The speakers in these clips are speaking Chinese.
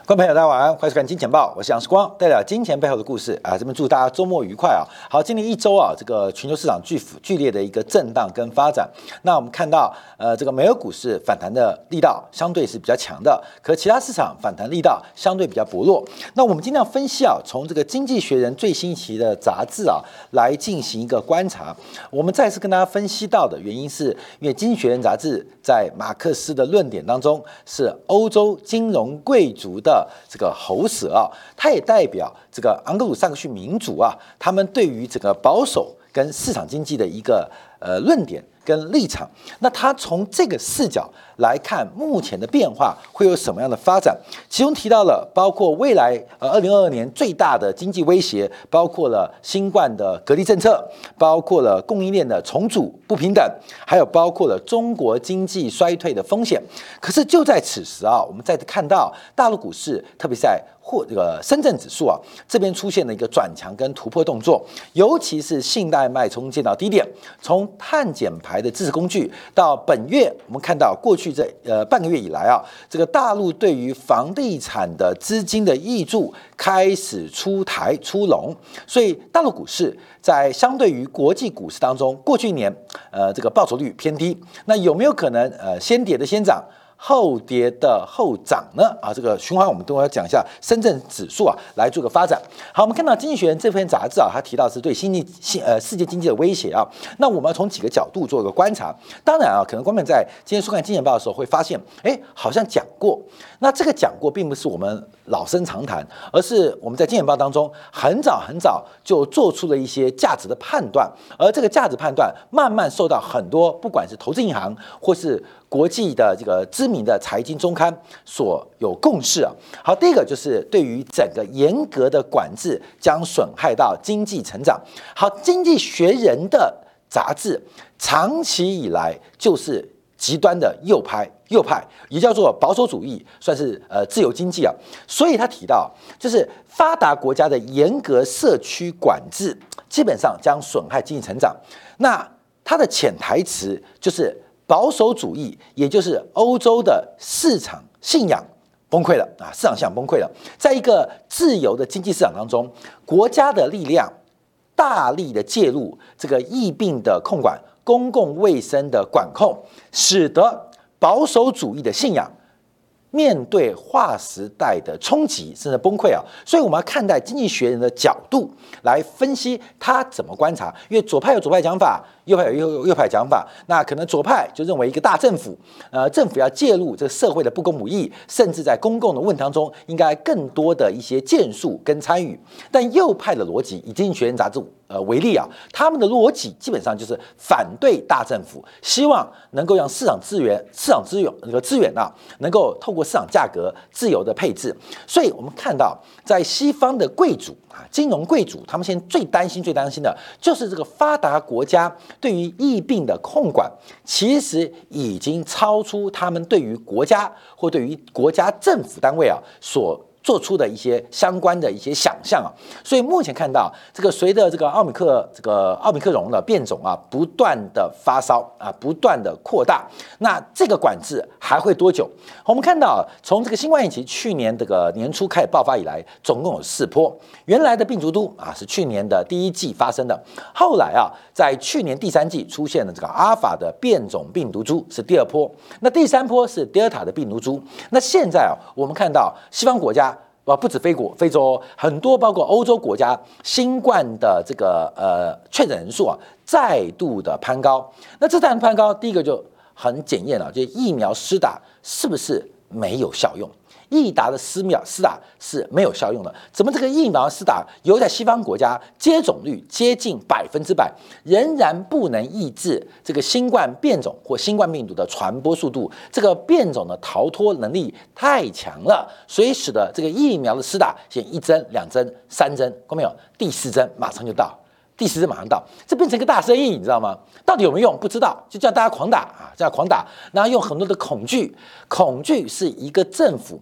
观众朋友，大家晚安，欢迎收看《金钱报》，我是杨世光，带来金钱背后的故事啊。这边祝大家周末愉快啊！好，今年一周啊，这个全球市场剧烈的一个震荡跟发展。那我们看到，这个美国股市反弹的力道相对是比较强的，可其他市场反弹力道相对比较薄弱。那我们今天要分析啊，从这个《经济学人》最新一期的杂志啊来进行一个观察。我们再次跟大家分析到的原因是，因为《经济学人》杂志在马克思的论点当中是欧洲金融贵族的这个喉舌啊，它也代表这个盎格鲁撒克逊民族啊，他们对于这个保守跟市场经济的一个论点跟立场。那他从这个视角来看目前的变化会有什么样的发展？其中提到了包括未来2022年最大的经济威胁，包括了新冠的隔离政策，包括了供应链的重组不平等，还有包括了中国经济衰退的风险。可是就在此时啊，我们再看到大陆股市，特别是在这个深圳指数啊这边出现了一个转强跟突破动作，尤其是信贷脉冲见到低点，从碳减排的支持工具到本月，我们看到过去这半个月以来啊，这个大陆对于房地产的资金的挹注开始出笼，所以大陆股市在相对于国际股市当中，过去一年这个报酬率偏低，那有没有可能先跌的先涨？后跌的后涨呢？啊，这个循环我们都要讲一下深圳指数啊，来做个发展。好，我们看到《经济学人》这篇杂志啊，它提到是对世界经济的威胁啊。那我们要从几个角度做一个观察。当然啊，可能观众在今天收看《金钱报》的时候会发现，好像讲过。那这个讲过，并不是我们老生常谈，而是我们在《金钱报》当中很早就做出了一些价值的判断，而这个价值判断慢慢受到很多不管是投资银行或是国际的这个知名的财经周刊所有共识啊。好，第一个就是对于整个严格的管制将损害到经济成长。好，《经济学人》的杂志长期以来就是极端的右派，也叫做保守主义，算是自由经济啊。所以他提到，就是发达国家的严格社区管制，基本上将损害经济成长。那他的潜台词就是保守主义，也就是欧洲的市场信仰崩溃了啊，市场信仰崩溃了。在一个自由的经济市场当中，国家的力量大力的介入这个疫病的控管、公共卫生的管控，使得保守主义的信仰面对划时代的冲击甚至崩溃啊。所以我们要看待经济学人的角度来分析他怎么观察，因为左派有左派讲法，右派有右派讲法。那可能左派就认为一个大政府，政府要介入这个社会的不公不义，甚至在公共的问题当中应该更多的一些建树跟参与。但右派的逻辑，以经济学人杂志为例啊，他们的逻辑基本上就是反对大政府，希望能够让市场资源能够透过市场价格自由的配置。所以我们看到，在西方的贵族啊，金融贵族，他们现在最担心的就是这个发达国家对于疫病的控管，其实已经超出他们对于国家或对于国家政府单位啊所做出的一些相关的一些想象啊。所以目前看到这个随着这个奥密克戎的变种啊不断的发烧啊，不断的扩大，那这个管制还会多久？我们看到从这个新冠疫情去年这个年初开始爆发以来，总共有4波。原来的病毒株啊是去年的第1季发生的，后来啊在去年第3季出现了这个阿尔法的变种病毒株是第2波，那第3波是德尔塔的病毒株。那现在啊我们看到西方国家不止非洲，很多包括欧洲国家，新冠的这个确诊人数啊再度的攀高。那这再攀高，第一个就很检验了，就是疫苗施打是不是没有效用？疫达的施打是没有效用的。怎么这个疫苗施打，由在西方国家接种率接近100%，仍然不能抑制这个新冠变种或新冠病毒的传播速度？这个变种的逃脱能力太强了，所以使得这个疫苗的施打，先1针、2针、3针，看到没有？第4针马上就到。第10针马上到，这变成一个大生意，你知道吗？到底有没有用不知道，就叫大家狂打啊，叫狂打，然后用很多的恐惧是一个政府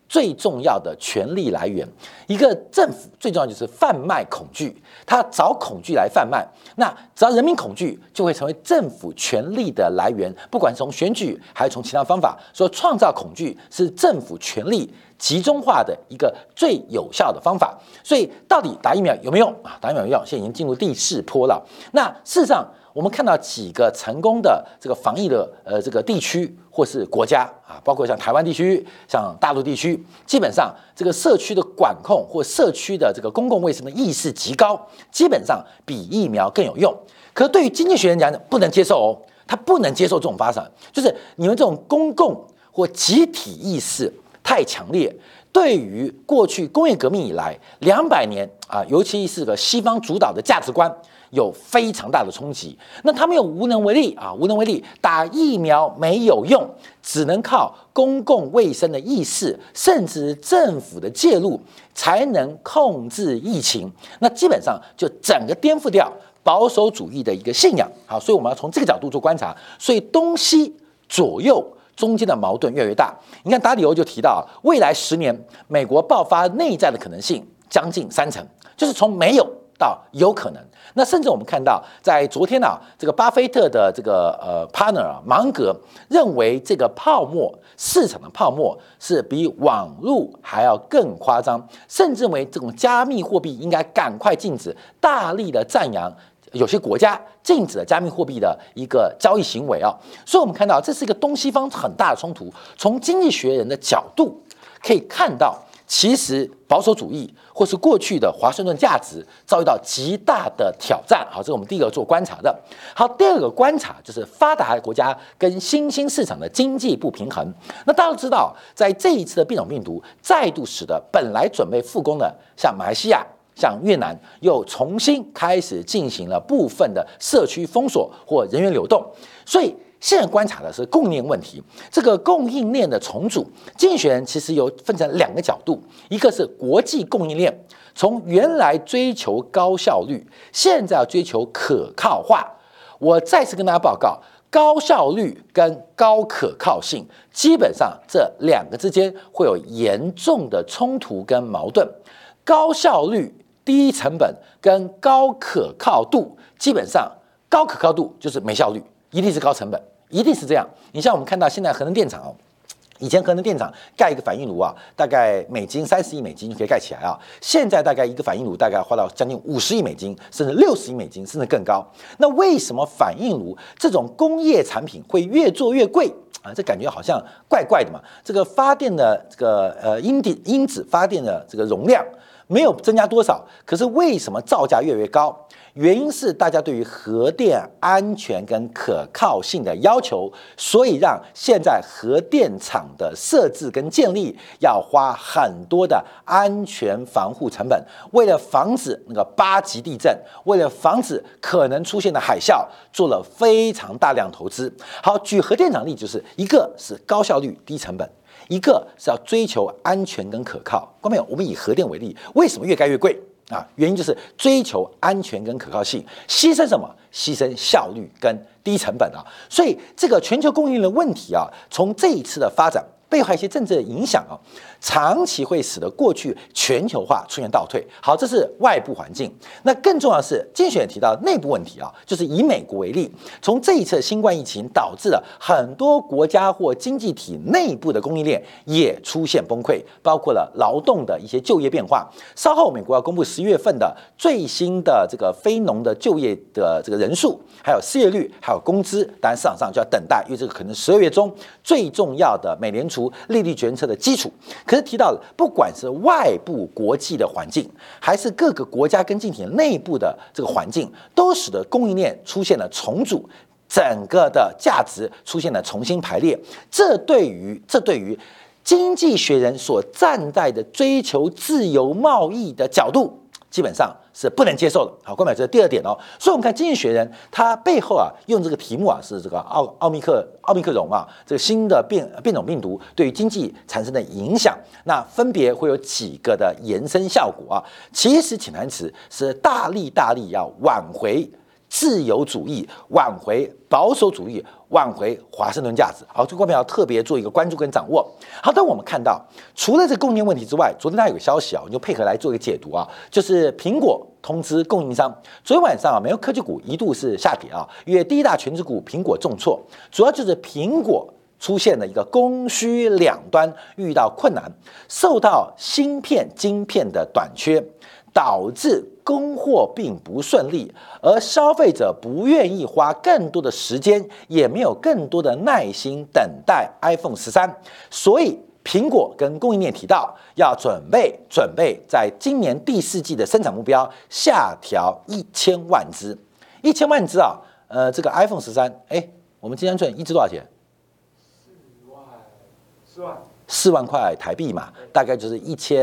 最重要的权力来源。一个政府最重要就是贩卖恐惧，他找恐惧来贩卖。那只要人民恐惧，就会成为政府权力的来源。不管是从选举还是从其他方法，说创造恐惧是政府权力集中化的一个最有效的方法。所以，到底打疫苗有没有用啊？打疫苗有用，现在已经进入第4波了。那事实上，我们看到几个成功的这个防疫的这个地区或是国家啊，包括像台湾地区、像大陆地区，基本上这个社区的管控或社区的这个公共卫生的意识极高，基本上比疫苗更有用。可是对于经济学人讲，不能接受哦，他不能接受这种发展，就是你们这种公共或集体意识太强烈。对于过去工业革命以来200年啊，尤其是个西方主导的价值观，有非常大的冲击。那他们又无能为力啊，无能为力，打疫苗没有用，只能靠公共卫生的意识，甚至政府的介入，才能控制疫情。那基本上就整个颠覆掉保守主义的一个信仰。好，所以我们要从这个角度做观察。所以东西左右中间的矛盾越来越大。你看达里欧就提到，未来10年美国爆发内战的可能性将近30%，就是从没有到有可能。那甚至我们看到，在昨天啊，这个巴菲特的这个partner 啊，芒格认为这个泡沫市场的泡沫是比网络还要更夸张，甚至认为这种加密货币应该赶快禁止，大力的赞扬有些国家禁止了加密货币的一个交易行为啊。所以我们看到这是一个东西方很大的冲突。从经济学人的角度可以看到，其实保守主义或是过去的华盛顿价值遭遇到极大的挑战。好，这是我们第一个做观察的。好，第二个观察就是发达国家跟新兴市场的经济不平衡。那大家都知道，在这一次的变种病毒再度使得本来准备复工的像马来西亚、像越南又重新开始进行了部分的社区封锁或人员流动。所以现在观察的是供应链问题，这个供应链的重组，经济学人其实有分成2个角度，一个是国际供应链，从原来追求高效率，现在要追求可靠化。我再次跟大家报告，高效率跟高可靠性，基本上这2个之间会有严重的冲突跟矛盾。高效率、低成本跟高可靠度，基本上高可靠度就是没效率，一定是高成本，一定是这样。你像我们看到现在核能电厂哦，以前核能电厂盖一个反应炉啊，大概30亿美金就可以盖起来啊，现在大概一个反应炉大概花到将近50亿美金，甚至60亿美金，甚至更高。那为什么反应炉这种工业产品会越做越贵啊？这感觉好像怪怪的嘛。这个发电的这个因子发电的这个容量没有增加多少，可是为什么造价越来越高？原因是大家对于核电安全跟可靠性的要求，所以让现在核电厂的设置跟建立要花很多的安全防护成本。为了防止那个8级地震，为了防止可能出现的海啸，做了非常大量投资。好，举核电厂例子，就是一个是高效率低成本，一个是要追求安全跟可靠。观众朋友，我们以核电为例，为什么越盖越贵？原因就是追求安全跟可靠性，牺牲什么？牺牲效率跟低成本啊。所以这个全球供应链的问题啊，从这一次的发展背后还有一些政治的影响啊，长期会使得过去全球化出现倒退。好，这是外部环境。那更重要的是，经济学也提到内部问题啊，就是以美国为例，从这一次新冠疫情导致了很多国家或经济体内部的供应链也出现崩溃，包括了劳动的一些就业变化。稍后美国要公布10月份的最新的这个非农的就业的这个人数，还有失业率，还有工资。当然市场上就要等待，因为这个可能12月中最重要的美联储利率决策的基础。可是提到了，不管是外部国际的环境，还是各个国家跟经济体内部的这个环境，都使得供应链出现了重组，整个的价值出现了重新排列。这对于经济学人所站在的追求自由贸易的角度，基本上是不能接受的。好，关于这是第2点哦。所以我们看经济学人他背后啊用这个题目啊是这个奥密克戎啊，这个新的变种病毒对于经济产生的影响，那分别会有几个的延伸效果啊。其实潜台词是大力要挽回自由主义，挽回保守主义，挽回华盛顿价值。好，这个观众要特别做一个关注跟掌握。好，但我们看到，除了这供应链问题之外，昨天大家有个消息啊，我们就配合来做一个解读啊，就是苹果通知供应商，昨天晚上啊，美国科技股一度是下跌啊，因为第一大权值股苹果重挫，主要就是苹果出现了一个供需两端遇到困难，受到晶片的短缺，导致供货并不顺利，而消费者不愿意花更多的时间，也没有更多的耐心等待 iPhone 13，所以苹果跟供应链提到要准备在今年第4季的生产目标下调1000万只，1000万只啊，这个 iPhone 13，我们今天一只多少钱？4万块台币嘛，大概就是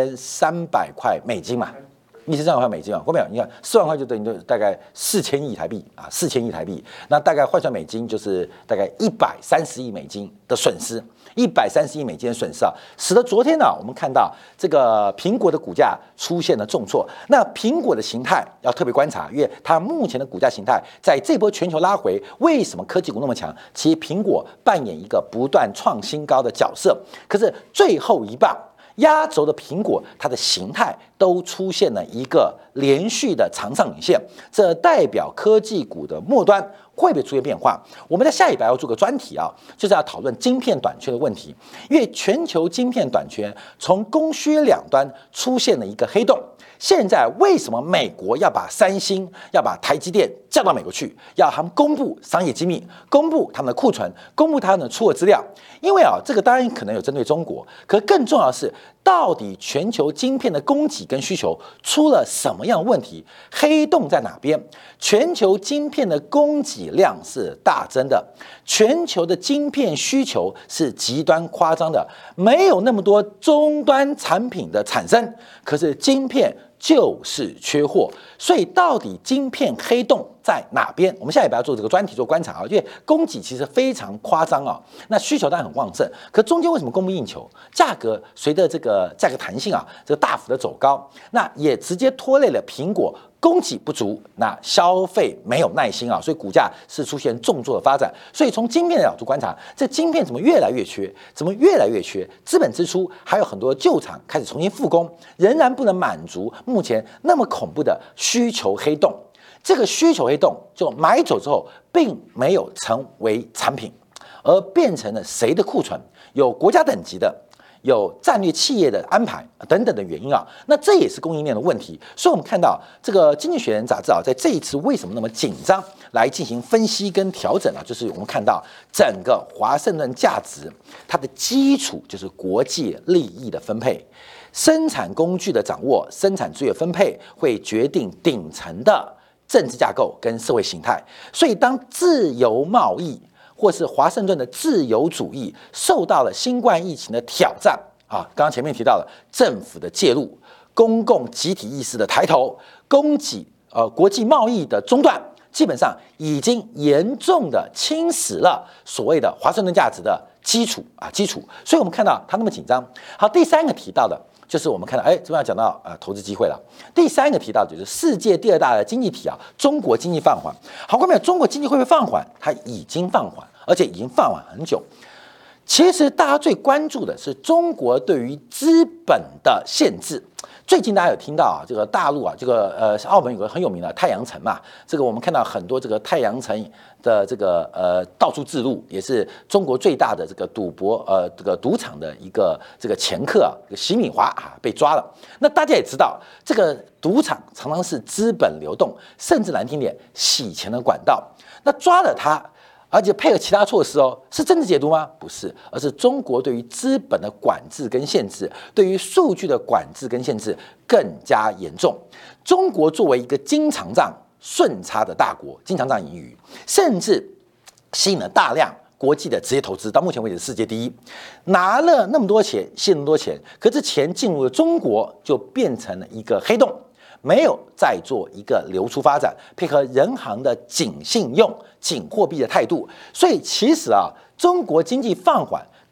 1300块美金嘛。1300块美金啊，过没有？你看4万块就等于大概4000亿台币啊，4000亿台币，那大概换算美金就是大概130亿美金的损失，130亿美金的损失啊，使得昨天呢，我们看到这个苹果的股价出现了重挫。那苹果的形态要特别观察，因为它目前的股价形态在这波全球拉回，为什么科技股那么强？其实苹果扮演一个不断创新高的角色，可是最后一棒。压轴的苹果，它的形态都出现了一个连续的长上影线，这代表科技股的末端会不会出现变化？我们在下礼拜要做个专题啊，就是要讨论晶片短缺的问题，因为全球晶片短缺从供需两端出现了一个黑洞。现在为什么美国要把三星、要把台积电叫到美国去，要他们公布商业机密，公布他们的库存，公布他们的出货资料？因为这个当然可能有针对中国，可更重要的是，到底全球晶片的供给跟需求出了什么样的问题？黑洞在哪边？全球晶片的供给量是大增的，全球的晶片需求是极端夸张的，没有那么多终端产品的产生，可是晶片就是缺货，所以到底晶片黑洞在哪边？我们下礼拜要做这个专题做观察啊，因为供给其实非常夸张啊，那需求当然很旺盛，可中间为什么供不应求？价格随着这个价格弹性啊，这个大幅的走高，那也直接拖累了苹果。供给不足，那消费没有耐心啊，所以股价是出现重挫的发展。所以从晶片的角度观察，这晶片怎么越来越缺？怎么越来越缺？资本支出还有很多旧厂开始重新复工，仍然不能满足目前那么恐怖的需求黑洞。这个需求黑洞就买走之后，并没有成为产品，而变成了谁的库存？有国家等级的。有战略企业的安排等等的原因啊，那这也是供应链的问题。所以，我们看到这个《经济学人》杂志啊，在这一次为什么那么紧张来进行分析跟调整啊，就是我们看到整个华盛顿价值它的基础就是国际利益的分配，生产工具的掌握，生产资源分配会决定顶层的政治架构跟社会形态。所以，当自由贸易或是华盛顿的自由主义受到了新冠疫情的挑战啊，刚刚前面提到了政府的介入、公共集体意识的抬头、国际贸易的中断，基本上已经严重的侵蚀了所谓的华盛顿价值的基础。所以我们看到它那么紧张。好，第三个提到的就是我们看到，这边要讲到投资机会了。第三个提到的就是世界第2大的经济体啊，中国经济放缓。好，各位，中国经济会不会放缓？它已经放缓，而且已经放缓很久。其实大家最关注的是中国对于资本的限制。最近大家有听到这个大陆这个澳门有个很有名的太阳城嘛，这个我们看到很多这个太阳城的这个到处自录，也是中国最大的这个这个赌场的一个这个前客习敏华被抓了。那大家也知道，这个赌场常常是资本流动，甚至难听点洗钱的管道。那抓了他。而且配合其他措施是政治解读吗？不是，而是中国对于资本的管制跟限制，对于数据的管制跟限制更加严重。中国作为一个经常账顺差的大国，经常账盈余，甚至吸引了大量国际的直接投资，到目前为止世界第一，拿了那么多钱，吸那么多钱，可是钱进入了中国就变成了一个黑洞。没有再做一个流出发展，配合人行的紧信用、紧货币的态度，所以其实中国经济放缓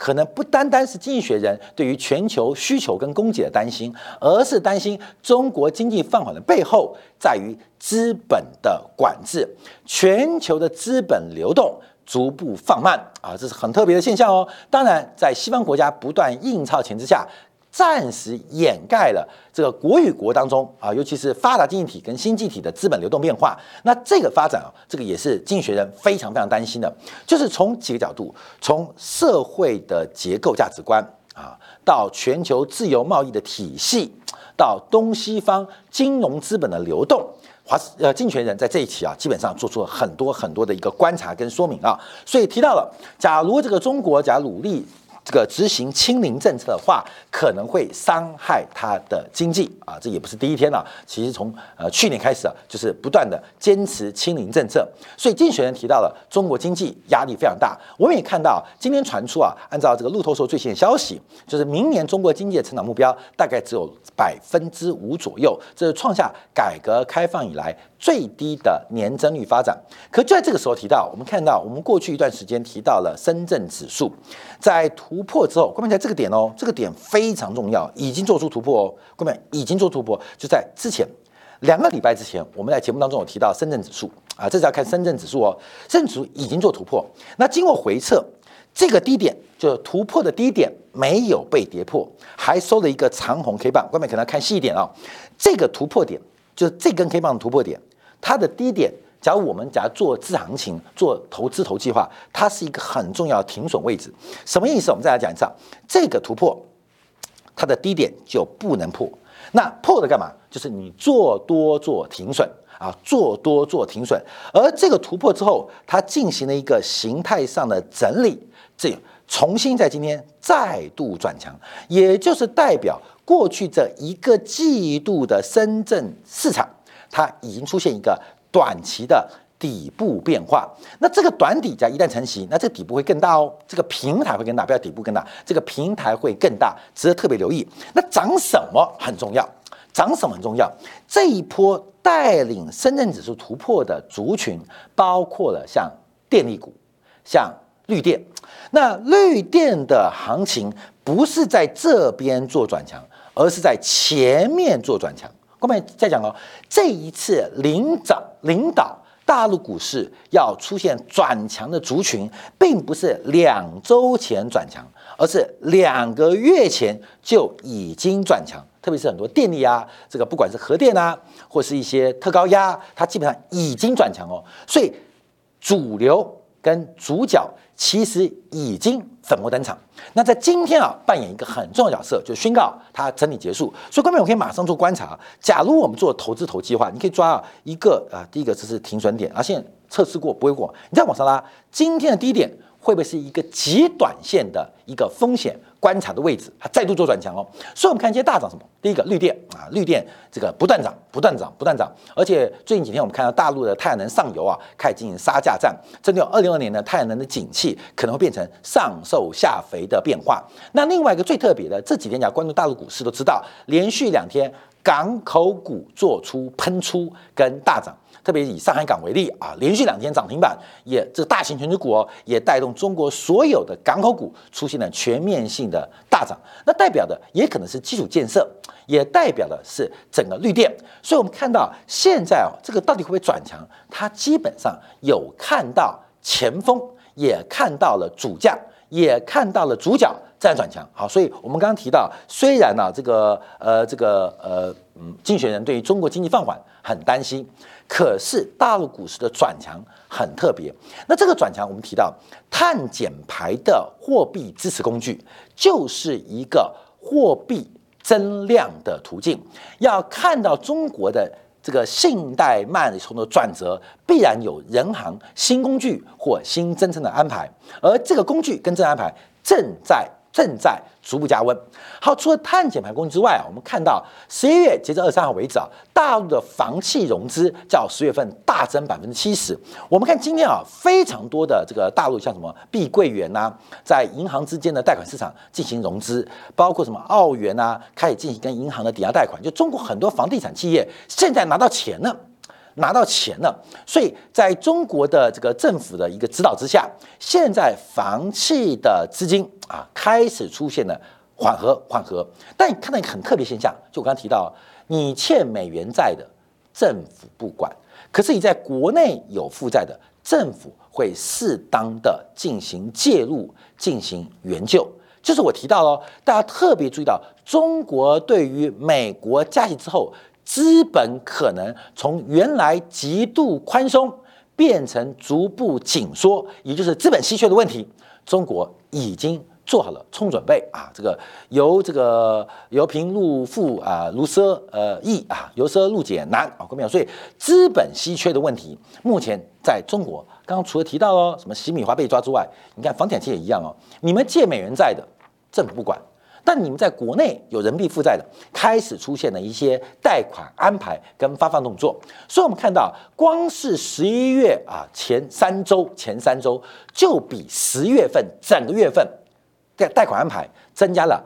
可能不单单是经济学人对于全球需求跟供给的担心，而是担心中国经济放缓的背后在于资本的管制，全球的资本流动逐步放慢啊，这是很特别的现象哦。当然，在西方国家不断印钞钱之下，暂时掩盖了这个国与国当中啊，尤其是发达经济体跟新经济体的资本流动变化。那这个发展啊，这个也是经济学人非常担心的，就是从几个角度，从社会的结构价值观啊，到全球自由贸易的体系，到东西方金融资本的流动。经济学人在这一期啊，基本上做出了很多的一个观察跟说明啊，所以提到了，假如这个中国努力这个执行清零政策的话，可能会伤害它的经济啊，这也不是第一天了。其实从去年开始啊，就是不断的坚持清零政策，所以经济学人提到了中国经济压力非常大。我们也看到今天传出啊，按照这个路透社最新的消息，就是明年中国经济的成长目标大概只有5%左右，这是创下改革开放以来最低的年增率发展。可就在这个时候提到，我们看到我们过去一段时间提到了深圳指数在突破之后，关键在这个点哦，这个点非常重要，已经做出突破哦，关键已经做突破，就在之前2个礼拜之前，我们在节目当中有提到深圳指数啊，这是要看深圳指数哦，深圳指数已经做突破，那经过回测，这个低点就突破的低点没有被跌破，还收了一个长红 K 棒，关键可能要看细一点啊，这个突破点就是这根 K 棒的突破点，它的低点。假如我们做自行情、做投资计划，它是一个很重要的停损位置。什么意思？我们再来讲一下，这个突破，它的低点就不能破。那破的干嘛？就是你做多做停损啊，做多做停损。而这个突破之后，它进行了一个形态上的整理，这重新在今天再度转强，也就是代表过去这1个季度的深圳市场，它已经出现一个短期的底部变化，那这个短底一旦成型，那这个底部会更大哦，这个平台会更大，不要底部更大，这个平台会更大，值得特别留意。那涨什么很重要，涨什么很重要。这一波带领深圳指数突破的族群，包括了像电力股、像绿电。那绿电的行情不是在这边做转强，而是在前面做转强。后面再讲哦，这一次领导大陆股市要出现转强的族群，并不是2周前转强，而是2个月前就已经转强。特别是很多电力啊，这个不管是核电啊，或是一些特高压，它基本上已经转强哦。所以主流跟主角其实已经粉墨登场。那在今天啊，扮演一个很重要的角色，就宣告它整理结束。所以，观众我可以马上做观察。假如我们做投计划，你可以抓一个第一个这是停损点，现在测试过不会过，你再往上拉，今天的低点会不会是一个极短线的一个风险观察的位置？它再度做转强哦。所以我们看一些大涨什么？第一个绿电啊，绿电这个不断涨，而且最近几天我们看到大陆的太阳能上游啊开始进行杀价战，针对2022年的太阳能的景气可能会变成上瘦下肥的变化。那另外一个最特别的，这几天关注大陆股市都知道，连续2天港口股做出喷出跟大涨。特别以上海港为例啊，连续2天涨停板，这大型权值股哦，也带动中国所有的港口股出现了全面性的大涨。那代表的也可能是基础建设，也代表的是整个绿电。所以我们看到现在这个到底会不会转强？它基本上有看到前锋，也看到了主将，也看到了主角在转强。好，所以我们刚刚提到，虽然经济学人对于中国经济放缓很担心，可是大陆股市的转强很特别。那这个转强，我们提到碳减排的货币支持工具，就是一个货币增量的途径。要看到中国的这个信贷慢从的转折，必然有人行新工具或新政策的安排，而这个工具跟政策安排正在逐步加温。好，除了碳减排工具之外我们看到11月截至23号为止大陆的房企融资较10月份大增70%。我们看今天非常多的这个大陆像什么碧桂园在银行之间的贷款市场进行融资，包括什么澳元开始进行跟银行的抵押贷款。就中国很多房地产企业现在拿到钱了， 拿到钱了，所以在中国的这个政府的一个指导之下，现在房企的资金开始出现了缓和。但你看到一个很特别现象，就我刚刚提到，你欠美元债的政府不管，可是你在国内有负债的，政府会适当的进行介入，进行援救。就是我提到了，大家特别注意到，中国对于美国加息之后，资本可能从原来极度宽松变成逐步紧缩，也就是资本稀缺的问题，中国已经做好了充准备这个由贫入富由奢易由奢入俭难各位，所以资本稀缺的问题，目前在中国，刚刚除了提到什么洗米华被抓之外，你看房地产也一样你们借美元债的政府不管，但你们在国内有人民币负债的，开始出现了一些贷款安排跟发放动作。所以我们看到，光是11月前三周就比10月份整个月份贷款安排增加了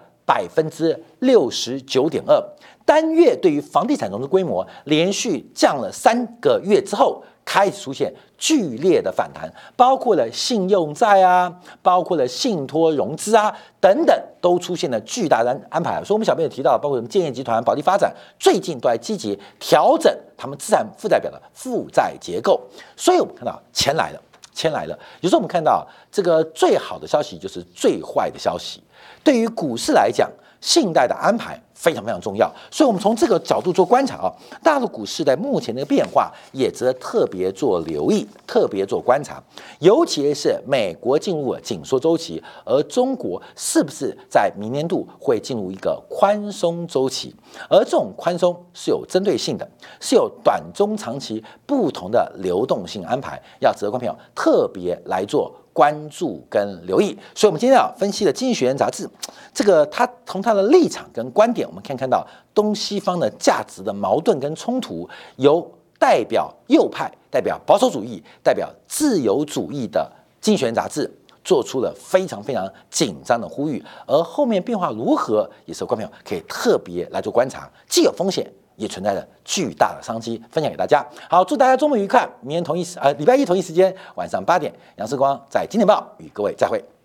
69.2%，单月对于房地产融资规模连续降了3个月之后，开始出现剧烈的反弹，包括了信用债包括了信托融资等等，都出现了巨大的安排。所以我们小编也提到，包括建业集团、保利发展最近都在积极调整他们资产负债表的负债结构。所以我们看到钱来了。有时候我们看到这个最好的消息就是最坏的消息。对于股市来讲，信贷的安排非常重要，所以我们从这个角度做观察大陆股市在目前的变化也值得特别做留意，特别做观察。尤其是美国进入了紧缩周期，而中国是不是在明年度会进入一个宽松周期？而这种宽松是有针对性的，是有短中长期不同的流动性安排，要值得观众朋友特别来做关注跟留意。所以我们今天分析了《经济学人》杂志，这个他从他的立场跟观点，我们可以看到东西方的价值的矛盾跟冲突，由代表右派、代表保守主义、代表自由主义的《经济学人》杂志做出了非常紧张的呼吁，而后面变化如何，也是观众朋友可以特别来做观察，既有风险，也存在着巨大的商机，分享给大家。好，祝大家周末愉快！明天礼拜一同一时间晚上8点，杨世光在《金钱报》与各位再会。